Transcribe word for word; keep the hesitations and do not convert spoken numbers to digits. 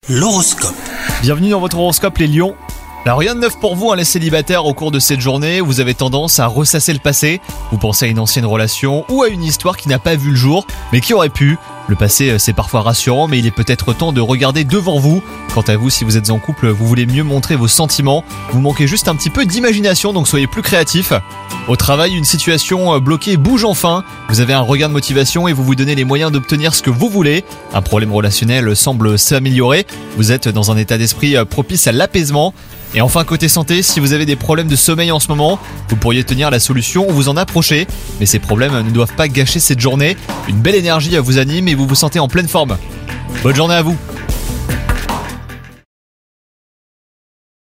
L'horoscope. Bienvenue dans votre horoscope les lions. Alors rien de neuf pour vous, hein, les célibataires. Au cours de cette journée, vous avez tendance à ressasser le passé. Vous pensez à une ancienne relation ou à une histoire qui n'a pas vu le jour, mais qui aurait pu. Le passé, c'est parfois rassurant, mais il est peut-être temps de regarder devant vous. Quant à vous, si vous êtes en couple, vous voulez mieux montrer vos sentiments. Vous manquez juste un petit peu d'imagination, donc soyez plus créatifs. Au travail, une situation bloquée bouge enfin. Vous avez un regain de motivation et vous vous donnez les moyens d'obtenir ce que vous voulez. Un problème relationnel semble s'améliorer. Vous êtes dans un état d'esprit propice à l'apaisement. Et enfin, côté santé, si vous avez des problèmes de sommeil en ce moment, vous pourriez tenir la solution ou vous en approcher. Mais ces problèmes ne doivent pas gâcher cette journée. Une belle énergie vous anime et vous vous sentez en pleine forme. Bonne journée à vous!